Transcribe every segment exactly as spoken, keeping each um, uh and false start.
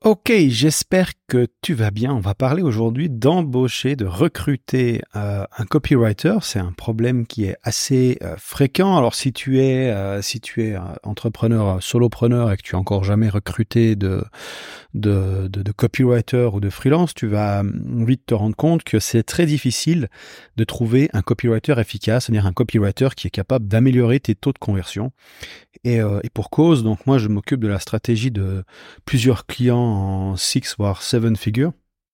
Ok, j'espère que tu vas bien. On va parler aujourd'hui d'embaucher, de recruter euh, un copywriter. C'est un problème qui est assez euh, fréquent. Alors si tu es euh, si tu es euh, entrepreneur, solopreneur et que tu as encore jamais recruté de de, de de copywriter ou de freelance, tu vas vite te rendre compte que c'est très difficile de trouver un copywriter efficace, c'est-à-dire un copywriter qui est capable d'améliorer tes taux de conversion. Et, euh, et pour cause, donc moi je m'occupe de la stratégie de plusieurs clients en six voire seven figures.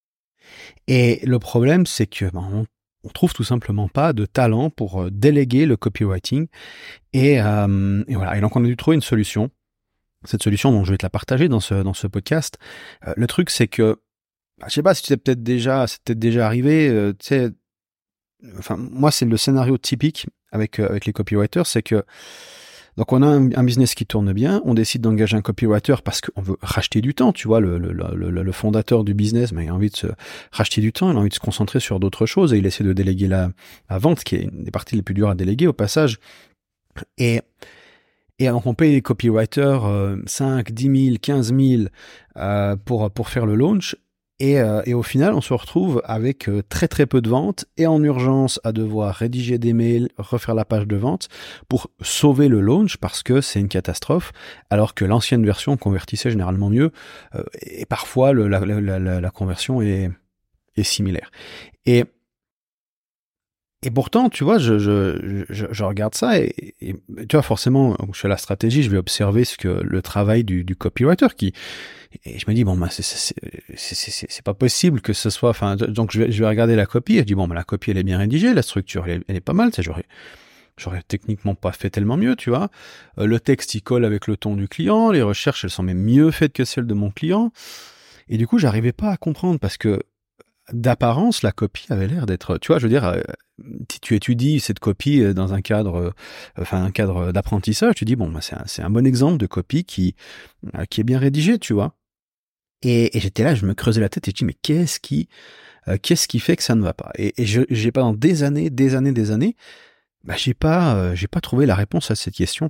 Et le problème, c'est que ben, on, on trouve tout simplement pas de talent pour euh, déléguer le copywriting. Et, euh, et voilà. Et donc on a dû trouver une solution. Cette solution, donc je vais te la partager dans ce dans ce podcast. Euh, le truc, c'est que bah, je sais pas si tu sais peut-être déjà, c'est peut-être déjà arrivé. Euh, tu sais, enfin moi c'est le scénario typique avec euh, avec les copywriters, c'est que donc on a un, un business qui tourne bien, on décide d'engager un copywriter parce qu'on veut racheter du temps, tu vois, le, le, le, le fondateur du business, mais il a envie de se racheter du temps, il a envie de se concentrer sur d'autres choses et il essaie de déléguer la, la vente, qui est une des parties les plus dures à déléguer au passage. Et, et donc on paye les copywriters euh, cinq, dix mille, quinze mille euh, pour, pour faire le launch. Et, euh, et au final, on se retrouve avec euh, très très peu de ventes et en urgence à devoir rédiger des mails, refaire la page de vente pour sauver le launch parce que c'est une catastrophe, alors que l'ancienne version convertissait généralement mieux euh, et parfois le, la, la, la, la conversion est, est similaire. Et Et pourtant, tu vois, je, je, je, je regarde ça et, et tu vois, forcément, je fais la stratégie, je vais observer ce que le travail du, du copywriter qui, et je me dis bon, bah, c'est, c'est, c'est, c'est, c'est pas possible que ce soit, enfin, donc je vais, je vais regarder la copie et je dis bon, bah, la copie elle est bien rédigée, la structure elle est, elle est pas mal, tu sais, j'aurais, j'aurais techniquement pas fait tellement mieux, tu vois. Euh, le texte il colle avec le ton du client, les recherches elles sont même mieux faites que celles de mon client. Et du coup, j'arrivais pas à comprendre parce que d'apparence, la copie avait l'air d'être, tu vois, je veux dire, euh, si tu étudies cette copie dans un cadre, euh, enfin un cadre d'apprentissage, tu dis bon, bah, c'est un, c'est un bon exemple de copie qui, euh, qui est bien rédigée, tu vois. Et, et j'étais là, je me creusais la tête et je dis mais qu'est-ce qui, euh, qu'est-ce qui fait que ça ne va pas? Et, et je, j'ai pendant des années, des années, des années, bah j'ai pas, euh, j'ai pas trouvé la réponse à cette question.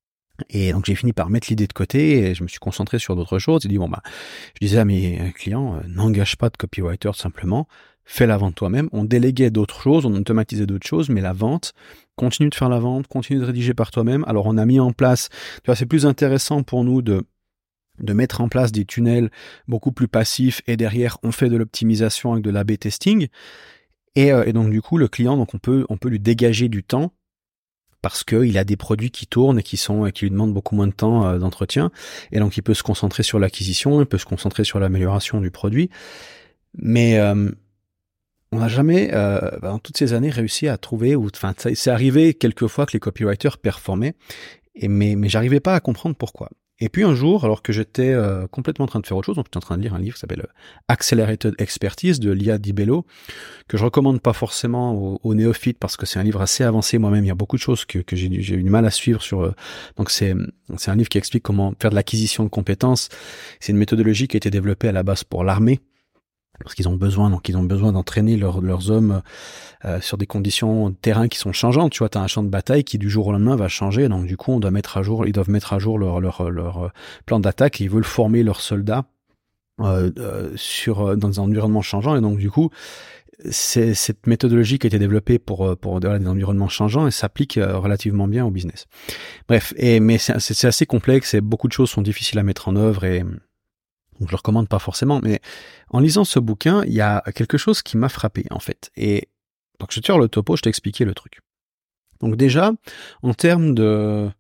Et donc j'ai fini par mettre l'idée de côté et je me suis concentré sur d'autres choses. J'ai dit bon bah, je disais à mes clients, euh, n'engage pas de copywriter simplement, fais la vente toi-même. On déléguait d'autres choses, on automatisait d'autres choses, mais la vente, continue de faire la vente, continue de rédiger par toi-même. Alors on a mis en place, tu vois, c'est plus intéressant pour nous de de mettre en place des tunnels beaucoup plus passifs et derrière on fait de l'optimisation avec de l'A B testing. Et, euh, et donc du coup le client, donc on peut on peut lui dégager du temps parce qu'il a des produits qui tournent et qui sont et qui lui demandent beaucoup moins de temps euh, d'entretien. Et donc, il peut se concentrer sur l'acquisition, il peut se concentrer sur l'amélioration du produit. Mais euh, on n'a jamais, euh, dans toutes ces années, réussi à trouver, ou enfin, c'est arrivé quelques fois que les copywriters performaient, et, mais, mais j'arrivais pas à comprendre pourquoi. Et puis un jour, alors que j'étais euh, complètement en train de faire autre chose, donc j'étais en train de lire un livre qui s'appelle Accelerated Expertise de Lia DiBello, que je recommande pas forcément aux, aux néophytes parce que c'est un livre assez avancé moi-même. Il y a beaucoup de choses que, que j'ai, j'ai eu du mal à suivre sur. Euh, donc c'est c'est un livre qui explique comment faire de l'acquisition de compétences. C'est une méthodologie qui a été développée à la base pour l'armée parce qu'ils ont besoin donc ils ont besoin d'entraîner leurs leurs hommes euh, sur des conditions de terrain qui sont changeantes. Tu vois, t'as un champ de bataille qui du jour au lendemain va changer, donc du coup on doit mettre à jour, ils doivent mettre à jour leur leur leur plan d'attaque et ils veulent former leurs soldats euh, euh, sur dans un environnement changeant et donc du coup c'est cette méthodologie qui a été développée pour pour voilà, des environnements changeants et s'applique relativement bien au business. Bref, et mais c'est, c'est assez complexe et beaucoup de choses sont difficiles à mettre en œuvre et donc je le recommande pas forcément, mais en lisant ce bouquin, il y a quelque chose qui m'a frappé en fait. Et donc je tire le topo, je t'expliquais le truc. Donc déjà, en termes de,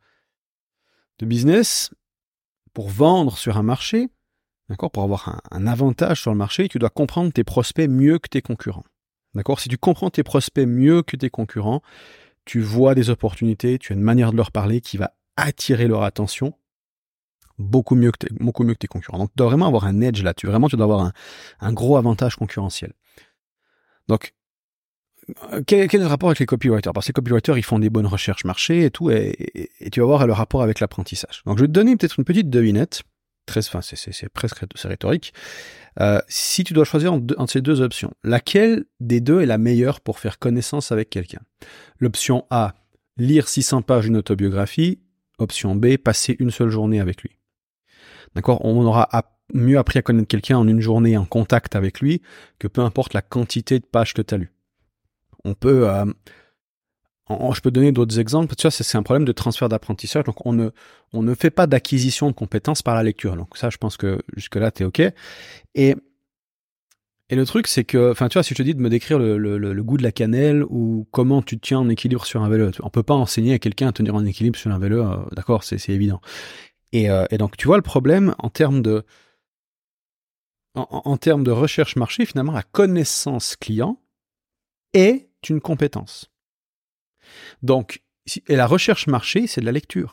de business, pour vendre sur un marché, d'accord, pour avoir un, un avantage sur le marché, tu dois comprendre tes prospects mieux que tes concurrents. D'accord, si tu comprends tes prospects mieux que tes concurrents, tu vois des opportunités, tu as une manière de leur parler qui va attirer leur attention. Beaucoup mieux que tes, beaucoup mieux que tes concurrents. Donc, tu dois vraiment avoir un edge là-dessus. Vraiment, tu dois avoir un, un gros avantage concurrentiel. Donc, quel, quel est le rapport avec les copywriters? Parce que les copywriters, ils font des bonnes recherches marché et tout, et, et, et tu vas voir le rapport avec l'apprentissage. Donc, je vais te donner peut-être une petite devinette. Très, enfin, c'est, c'est, c'est presque c'est rhétorique. Euh, si tu dois choisir entre, deux, entre ces deux options, laquelle des deux est la meilleure pour faire connaissance avec quelqu'un? L'option A, lire six cents pages d'une autobiographie. Option B, passer une seule journée avec lui. D'accord, on aura à mieux appris à connaître quelqu'un en une journée en contact avec lui que peu importe la quantité de pages que tu as lues. On peut, euh, on, je peux donner d'autres exemples. Tu vois, c'est, c'est un problème de transfert d'apprentissage. Donc, on ne, on ne fait pas d'acquisition de compétences par la lecture. Donc, ça, je pense que jusque-là, t'es OK. Et, et le truc, c'est que, enfin, tu vois, si je te dis de me décrire le, le, le goût de la cannelle ou comment tu te tiens en équilibre sur un vélo, on peut pas enseigner à quelqu'un à tenir en équilibre sur un vélo. Euh, d'accord, c'est, c'est évident. Et, euh, et donc, tu vois, le problème en termes de, en, en termes de recherche marché, finalement, la connaissance client est une compétence. Donc, et la recherche marché, c'est de la lecture.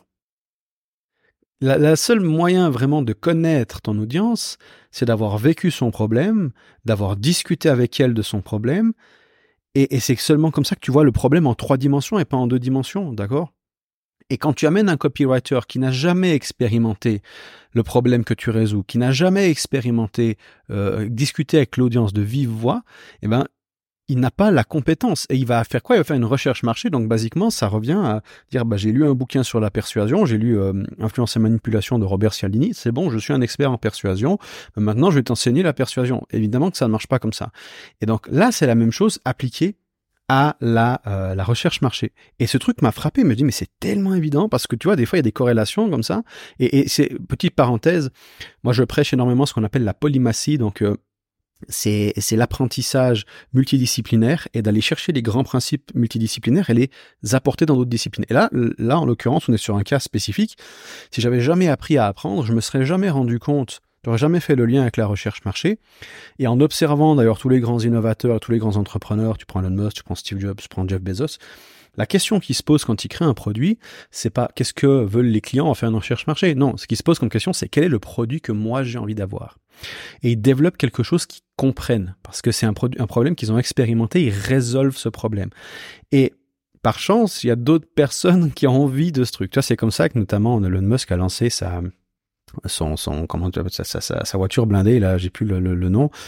La, la seule moyen vraiment de connaître ton audience, c'est d'avoir vécu son problème, d'avoir discuté avec elle de son problème, et, et c'est seulement comme ça que tu vois le problème en trois dimensions et pas en deux dimensions, d'accord ? Et quand tu amènes un copywriter qui n'a jamais expérimenté le problème que tu résous, qui n'a jamais expérimenté euh, discuter avec l'audience de vive voix, eh ben il n'a pas la compétence. Et il va faire quoi ? Il va faire une recherche marché. Donc, basiquement, ça revient à dire, bah, j'ai lu un bouquin sur la persuasion, j'ai lu euh, Influence et manipulation de Robert Cialdini. C'est bon, je suis un expert en persuasion. Maintenant, je vais t'enseigner la persuasion. Évidemment que ça ne marche pas comme ça. Et donc, là, c'est la même chose appliquée à la, euh, la recherche marché. Et ce truc m'a frappé, me dit, mais c'est tellement évident parce que tu vois, des fois, il y a des corrélations comme ça. Et, et c'est, petite parenthèse, moi, je prêche énormément ce qu'on appelle la polymathie. Donc, euh, C'est, c'est l'apprentissage multidisciplinaire et d'aller chercher les grands principes multidisciplinaires et les apporter dans d'autres disciplines. Et là, là, en l'occurrence, on est sur un cas spécifique. Si j'avais jamais appris à apprendre, je me serais jamais rendu compte, j'aurais jamais fait le lien avec la recherche marché. Et en observant d'ailleurs tous les grands innovateurs, tous les grands entrepreneurs, tu prends Elon Musk, tu prends Steve Jobs, tu prends Jeff Bezos, la question qui se pose quand ils créent un produit, c'est pas qu'est-ce que veulent les clients en faire une recherche marché. Non, ce qui se pose comme question, c'est quel est le produit que moi j'ai envie d'avoir. Et ils développent quelque chose qu'ils comprennent, parce que c'est un, produit, un problème qu'ils ont expérimenté, ils résolvent ce problème. Et par chance, il y a d'autres personnes qui ont envie de ce truc. Tu vois, c'est comme ça que notamment Elon Musk a lancé sa, son, son, comment, sa, sa, sa, sa voiture blindée, là, j'ai plus le, le, le nom.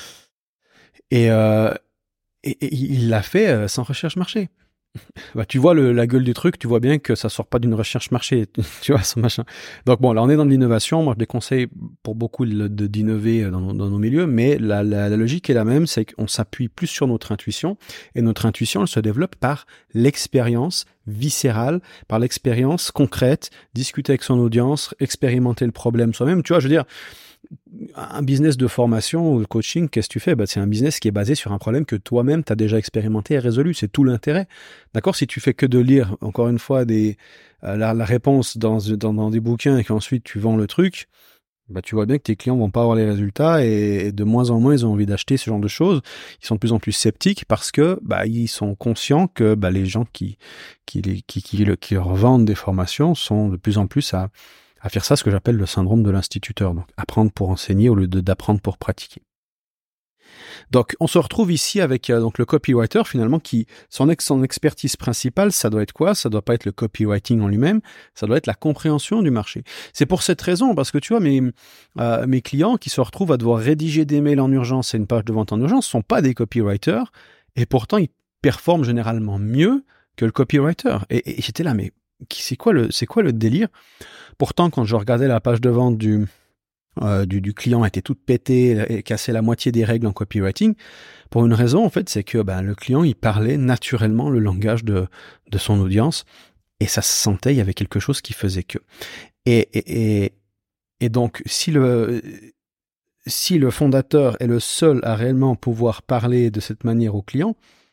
Et, euh, et, et il l'a fait euh, sans recherche marché. Bah, tu vois le, la gueule du truc, tu vois bien que ça sort pas d'une recherche marché, tu vois, ce machin. Donc bon, là on est dans de l'innovation, moi je déconseille pour beaucoup de, de, d'innover dans, dans nos milieux, mais la, la, la logique est la même, c'est qu'on s'appuie plus sur notre intuition, et notre intuition elle se développe par l'expérience viscérale, par l'expérience concrète, discuter avec son audience, expérimenter le problème soi-même, tu vois, je veux dire, un business de formation ou de coaching, qu'est-ce que tu fais ? Bah, c'est un business qui est basé sur un problème que toi-même tu as déjà expérimenté et résolu. C'est tout l'intérêt. D'accord ? Si tu fais que de lire, encore une fois, des, euh, la, la réponse dans, dans, dans des bouquins et qu'ensuite tu vends le truc, bah, tu vois bien que tes clients vont pas avoir les résultats et, et de moins en moins ils ont envie d'acheter ce genre de choses. Ils sont de plus en plus sceptiques parce que bah, ils sont conscients que bah, les gens qui, qui, qui, qui, qui, qui leur vendent des formations sont de plus en plus à à faire ça, ce que j'appelle le syndrome de l'instituteur. Donc, apprendre pour enseigner au lieu de, d'apprendre pour pratiquer. Donc, on se retrouve ici avec euh, donc le copywriter, finalement, qui, son, ex, son expertise principale, ça doit être quoi ? Ça doit pas être le copywriting en lui-même, ça doit être la compréhension du marché. C'est pour cette raison, parce que tu vois, mes, euh, mes clients qui se retrouvent à devoir rédiger des mails en urgence et une page de vente en urgence sont pas des copywriters, et pourtant, ils performent généralement mieux que le copywriter. Et, et j'étais là, mais c'est quoi le, c'est quoi le délire ? Pourtant, quand je regardais la page de vente du, euh, du, du client était toute pétée et cassait la moitié des règles en copywriting, pour une raison, en fait, c'est que ben, le client, il parlait naturellement le langage de, de son audience et ça se sentait, il y avait quelque chose qui faisait que. Et, et, et, et donc, si le, si le fondateur est le seul à réellement pouvoir parler de cette manière au client,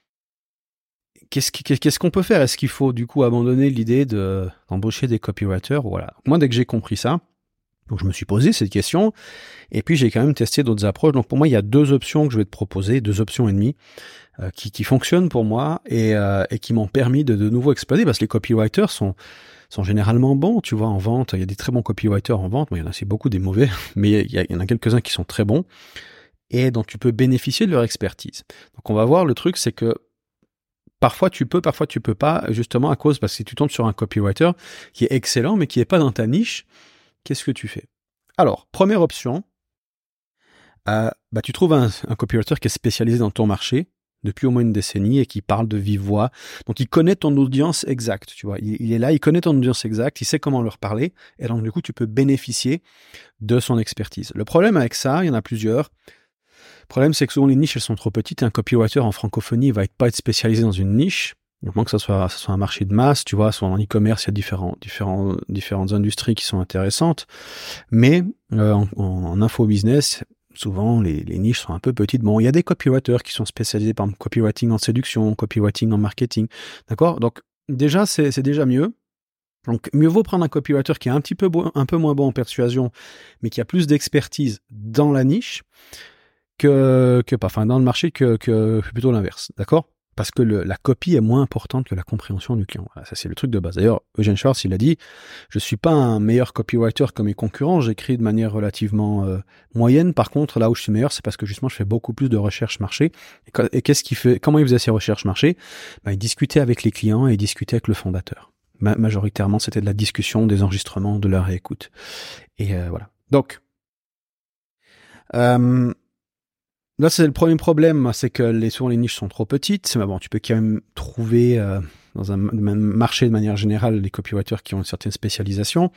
Qu'est-ce, qu'est-ce qu'on peut faire ? Est-ce qu'il faut du coup abandonner l'idée de, d'embaucher des copywriters ? Voilà. Moi, dès que j'ai compris ça, donc je me suis posé cette question et puis j'ai quand même testé d'autres approches. Donc pour moi, il y a deux options que je vais te proposer, deux options et demie euh, qui, qui fonctionnent pour moi et, euh, et qui m'ont permis de de nouveau exploser parce que les copywriters sont sont généralement bons, tu vois, en vente. Il y a des très bons copywriters en vente. Bon, il y en a aussi beaucoup des mauvais, mais il y, a, il y en a quelques-uns qui sont très bons et dont tu peux bénéficier de leur expertise. Donc on va voir, le truc, c'est que parfois tu peux, parfois tu peux pas, justement à cause, parce que si tu tombes sur un copywriter qui est excellent, mais qui n'est pas dans ta niche, qu'est-ce que tu fais ? Alors, première option, euh, bah, tu trouves un, un copywriter qui est spécialisé dans ton marché, depuis au moins une décennie et qui parle de vive voix. Donc, il connaît ton audience exacte, tu vois. Il, il est là, il connaît ton audience exacte, il sait comment leur parler. Et donc, du coup, tu peux bénéficier de son expertise. Le problème avec ça, il y en a plusieurs. Le problème, c'est que souvent, les niches, elles sont trop petites. Un copywriter en francophonie, il va pas être spécialisé dans une niche. Donc, que ça soit, ça soit un marché de masse, tu vois, soit en e-commerce, il y a différents, différents, différentes industries qui sont intéressantes. Mais euh, en, en info business, souvent les, les niches sont un peu petites. Bon, il y a des copywriters qui sont spécialisés par exemple copywriting en séduction, copywriting en marketing, d'accord. Donc déjà, c'est, c'est déjà mieux. Donc mieux vaut prendre un copywriter qui est un petit peu bo- un peu moins bon en persuasion, mais qui a plus d'expertise dans la niche que que pas, enfin dans le marché que que plutôt l'inverse, d'accord. Parce que le, la copie est moins importante que la compréhension du client. Voilà, ça, c'est le truc de base. D'ailleurs, Eugene Schwartz, il a dit, je suis pas un meilleur copywriter que mes concurrents, j'écris de manière relativement euh, moyenne. Par contre, là où je suis meilleur, c'est parce que justement, je fais beaucoup plus de recherche marché. Et, et qu'est-ce qu'il fait, comment il faisait ses recherches marché? Ben, il discutait avec les clients et il discutait avec le fondateur. Ma- majoritairement, c'était de la discussion, des enregistrements, de la réécoute. Et euh, voilà. Donc, euh, là, c'est le premier problème, c'est que les, souvent les niches sont trop petites. Mais bon, tu peux quand même trouver euh, dans un même marché de manière générale les copywriters qui ont une certaine spécialisation.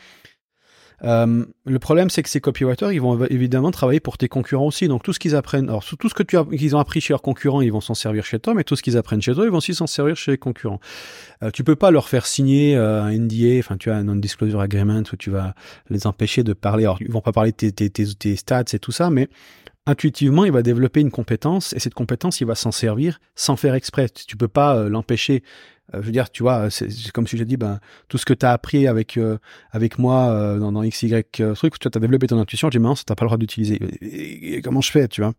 Euh, le problème, c'est que ces copywriters, ils vont évidemment travailler pour tes concurrents aussi. Donc tout ce qu'ils apprennent, alors tout ce que tu as, qu'ils ont appris chez leurs concurrents, ils vont s'en servir chez toi, mais tout ce qu'ils apprennent chez toi, ils vont aussi s'en servir chez les concurrents. Euh, tu peux pas leur faire signer euh, un N D A, enfin tu as un non-disclosure agreement où tu vas les empêcher de parler. Alors ils vont pas parler de tes, tes, tes, tes stats et tout ça, mais intuitivement, il va développer une compétence et cette compétence, il va s'en servir sans faire exprès. Tu peux pas euh, l'empêcher. Euh, je veux dire, tu vois, c'est, c'est comme si j'ai dit, ben, tout ce que tu as appris avec euh, avec moi euh, dans, dans X Y euh, truc, tu as développé ton intuition, je dis, mais non, ça t'as pas le droit d'utiliser. Et, et, et comment je fais, tu vois?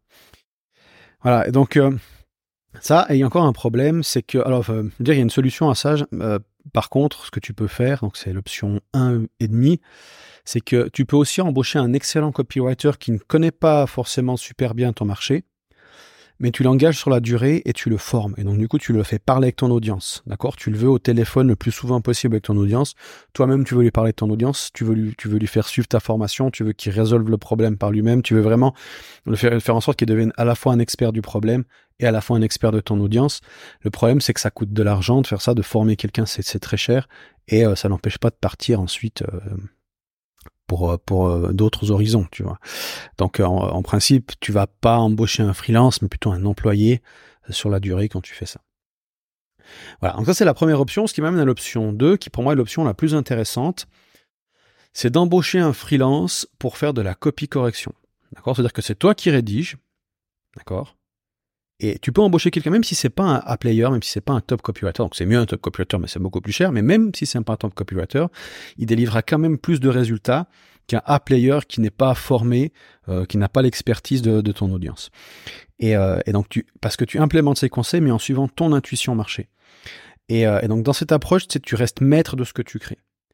Voilà, et donc, euh, ça, et il y a encore un problème, c'est que, alors, euh, je veux dire, il y a une solution à ça. Euh, par contre, ce que tu peux faire, donc c'est l'option un et demi, c'est que tu peux aussi embaucher un excellent copywriter qui ne connaît pas forcément super bien ton marché, mais tu l'engages sur la durée et tu le formes. Et donc, du coup, tu le fais parler avec ton audience, d'accord? Tu le veux au téléphone le plus souvent possible avec ton audience. Toi-même, tu veux lui parler de ton audience, tu veux lui, tu veux lui faire suivre ta formation, tu veux qu'il résolve le problème par lui-même, tu veux vraiment le faire, faire en sorte qu'il devienne à la fois un expert du problème et à la fois un expert de ton audience. Le problème, c'est que ça coûte de l'argent de faire ça, de former quelqu'un, c'est, c'est très cher, et euh, ça n'empêche pas de partir ensuite euh, pour pour euh, d'autres horizons, tu vois. Donc en, en principe, tu vas pas embaucher un freelance, mais plutôt un employé sur la durée quand tu fais ça. Voilà, donc ça c'est la première option, ce qui m'amène à l'option deux, qui pour moi est l'option la plus intéressante, c'est d'embaucher un freelance pour faire de la copie correction. D'accord? C'est-à-dire que c'est toi qui rédiges, d'accord? Et tu peux embaucher quelqu'un, même si c'est pas un A-player, même si c'est pas un top copywriter, donc c'est mieux un top copywriter, mais c'est beaucoup plus cher, mais même si c'est pas un top copywriter, il délivrera quand même plus de résultats qu'un A-player qui n'est pas formé, euh, qui n'a pas l'expertise de, de ton audience. Et, euh, et donc tu, parce que tu implémentes ces conseils, mais en suivant ton intuition marché. Et, euh, et donc dans cette approche, tu sais, tu restes maître de ce que tu crées.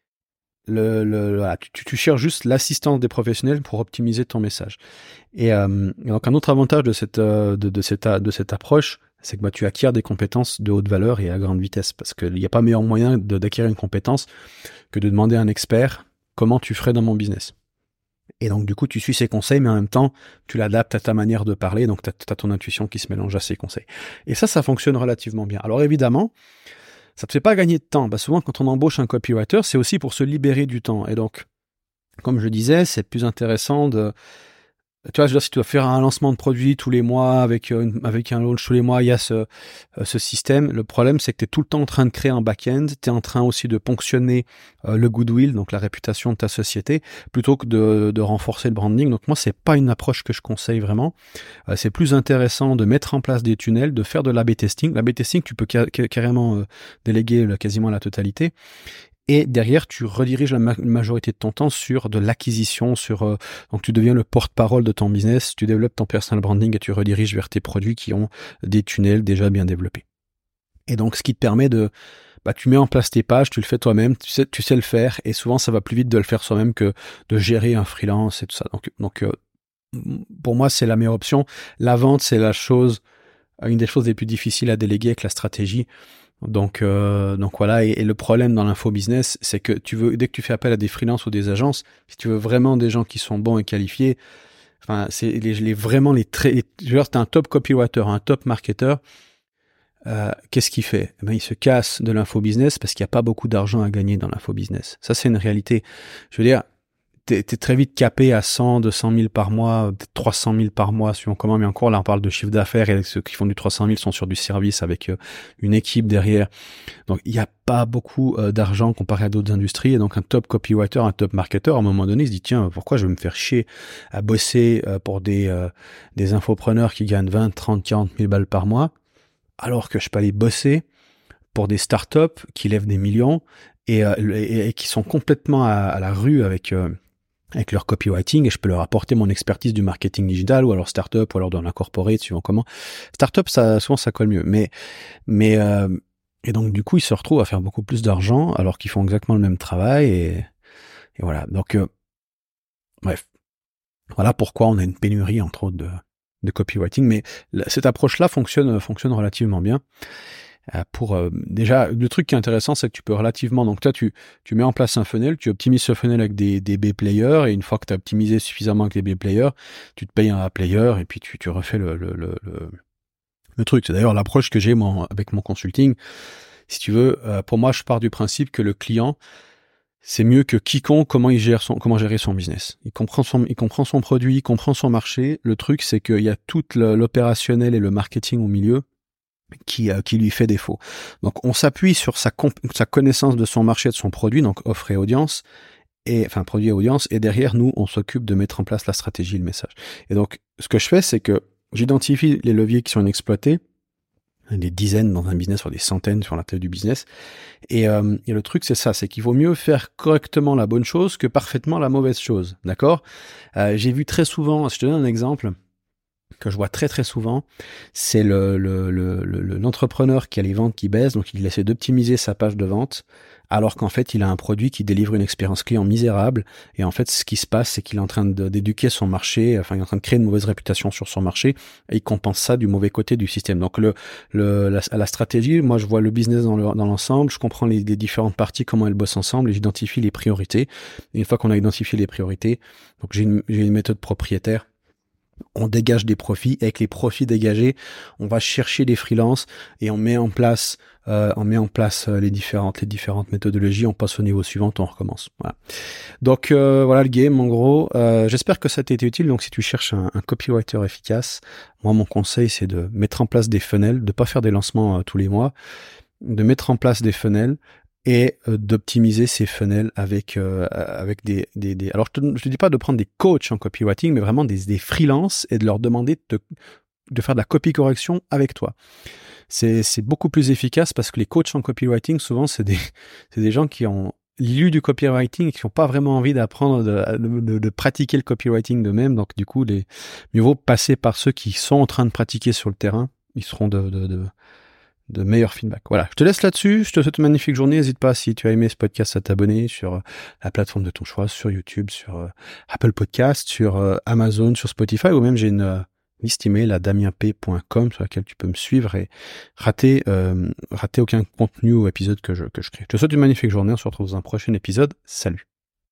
Le, le, voilà, tu, tu cherches juste l'assistance des professionnels pour optimiser ton message. Et, euh, et donc un autre avantage de cette euh, de, de cette de cette approche, c'est que bah, tu acquiers des compétences de haute valeur et à grande vitesse, parce qu'il n'y a pas meilleur moyen de, d'acquérir une compétence que de demander à un expert comment tu ferais dans mon business. Et donc du coup tu suis ses conseils, mais en même temps tu l'adaptes à ta manière de parler, donc tu as ton intuition qui se mélange à ses conseils. Et ça, ça fonctionne relativement bien. Alors évidemment, ça te fait pas gagner de temps. Bah souvent, quand on embauche un copywriter, c'est aussi pour se libérer du temps. Et donc, comme je disais, c'est plus intéressant de... Tu vois, je veux dire, si tu dois faire un lancement de produit tous les mois, avec, une, avec un launch tous les mois, il y a ce, ce système. Le problème, c'est que tu es tout le temps en train de créer un back-end. Tu es en train aussi de ponctionner euh, le goodwill, donc la réputation de ta société, plutôt que de, de renforcer le branding. Donc moi, c'est pas une approche que je conseille vraiment. Euh, c'est plus intéressant de mettre en place des tunnels, de faire de l'A B testing. L'A B testing, tu peux ca- carrément euh, déléguer le, quasiment la totalité. Et derrière, tu rediriges la ma- majorité de ton temps sur de l'acquisition, sur euh, donc tu deviens le porte-parole de ton business, tu développes ton personal branding et tu rediriges vers tes produits qui ont des tunnels déjà bien développés. Et donc, ce qui te permet de, bah, tu mets en place tes pages, tu le fais toi-même, tu sais, tu sais le faire, et souvent ça va plus vite de le faire soi-même que de gérer un freelance et tout ça. Donc, donc euh, pour moi, c'est la meilleure option. La vente, c'est la chose, une des choses les plus difficiles à déléguer avec la stratégie. Donc, euh, donc voilà, et, et le problème dans l'info-business, c'est que tu veux, dès que tu fais appel à des freelances ou des agences, si tu veux vraiment des gens qui sont bons et qualifiés, enfin, c'est les, les vraiment les très, les, je veux dire, t'es un top copywriter, un top marketeur, euh, qu'est-ce qu'il fait? Eh ben, il se casse de l'infobusiness parce qu'il n'y a pas beaucoup d'argent à gagner dans l'infobusiness. Ça, c'est une réalité. Je veux dire, t'es, t'es très vite capé à cent, deux cent mille par mois, peut-être trois cent mille par mois, suivant comment, mais encore là, on parle de chiffre d'affaires et ceux qui font du trois cent mille sont sur du service avec euh, une équipe derrière. Donc, il n'y a pas beaucoup euh, d'argent comparé à d'autres industries. Et donc, un top copywriter, un top marketer, à un moment donné, il se dit, tiens, pourquoi je vais me faire chier à bosser euh, pour des, euh, des infopreneurs qui gagnent vingt, trente, quarante mille balles par mois, alors que je peux aller bosser pour des startups qui lèvent des millions et, euh, et, et qui sont complètement à, à la rue avec... Euh, avec leur copywriting, et je peux leur apporter mon expertise du marketing digital ou alors startup ou alors dans la corporate, suivant comment. Startup, ça, souvent, ça colle mieux. Mais, mais, euh, et donc, du coup, ils se retrouvent à faire beaucoup plus d'argent alors qu'ils font exactement le même travail et, et voilà. Donc, euh, bref. Voilà pourquoi on a une pénurie, entre autres, de, de copywriting. Mais cette approche-là fonctionne, fonctionne relativement bien. Pour euh, déjà, le truc qui est intéressant, c'est que tu peux relativement, donc toi tu tu mets en place un funnel, tu optimises ce funnel avec des des B players, et une fois que tu as optimisé suffisamment avec les B players, tu te payes un A player et puis tu tu refais le le le le, le truc. C'est d'ailleurs l'approche que j'ai moi avec mon consulting. Si tu veux, euh, pour moi, je pars du principe que le client, c'est mieux que quiconque comment il gère son comment gérer son business. Il comprend son il comprend son produit, il comprend son marché. Le truc, c'est qu'il y a tout l'opérationnel et le marketing au milieu qui euh, qui lui fait défaut. Donc on s'appuie sur sa comp- sa connaissance de son marché, de son produit, donc offre et audience, et enfin produit et audience, et derrière nous on s'occupe de mettre en place la stratégie, le message. Et donc ce que je fais, c'est que j'identifie les leviers qui sont inexploités, des dizaines dans un business, ou des centaines sur la tête du business. Et, euh, et le truc c'est ça, c'est qu'il vaut mieux faire correctement la bonne chose que parfaitement la mauvaise chose, d'accord? euh, J'ai vu très souvent, je te donne un exemple que je vois très très souvent, c'est le, le, le, le, l'entrepreneur qui a les ventes qui baissent, donc il essaie d'optimiser sa page de vente, alors qu'en fait il a un produit qui délivre une expérience client misérable, et en fait ce qui se passe, c'est qu'il est en train de, d'éduquer son marché, enfin il est en train de créer une mauvaise réputation sur son marché, et il compense ça du mauvais côté du système. Donc le, le la, la stratégie, moi je vois le business dans, le, dans l'ensemble, je comprends les, les différentes parties, comment elles bossent ensemble, et j'identifie les priorités. Et une fois qu'on a identifié les priorités, donc j'ai une, j'ai une méthode propriétaire, on dégage des profits. Avec les profits dégagés, on va chercher des freelances et on met en place, euh, on met en place les différentes, les différentes méthodologies. On passe au niveau suivant, on recommence. Voilà. Donc euh, voilà le game en gros. Euh, j'espère que ça t'a été utile. Donc si tu cherches un, un copywriter efficace, moi mon conseil c'est de mettre en place des funnels, de pas faire des lancements euh, tous les mois, de mettre en place des funnels et euh, d'optimiser ces funnels avec euh, avec des, des des alors je te je te dis pas de prendre des coachs en copywriting, mais vraiment des des freelances et de leur demander de de faire de la copy correction avec toi. C'est c'est beaucoup plus efficace parce que les coachs en copywriting souvent c'est des c'est des gens qui ont lu du copywriting et qui n'ont pas vraiment envie d'apprendre de, de, de pratiquer le copywriting d'eux-mêmes. Donc du coup, les mieux vaut passer par ceux qui sont en train de pratiquer sur le terrain. Ils seront de de, de de meilleurs feedback. Voilà, je te laisse là-dessus, je te souhaite une magnifique journée, n'hésite pas si tu as aimé ce podcast à t'abonner sur la plateforme de ton choix, sur YouTube, sur euh, Apple Podcast, sur euh, Amazon, sur Spotify, ou même j'ai une euh, liste email à damien p point com sur laquelle tu peux me suivre et rater, euh, rater aucun contenu ou épisode que je, que je crée. Je te souhaite une magnifique journée, on se retrouve dans un prochain épisode, salut.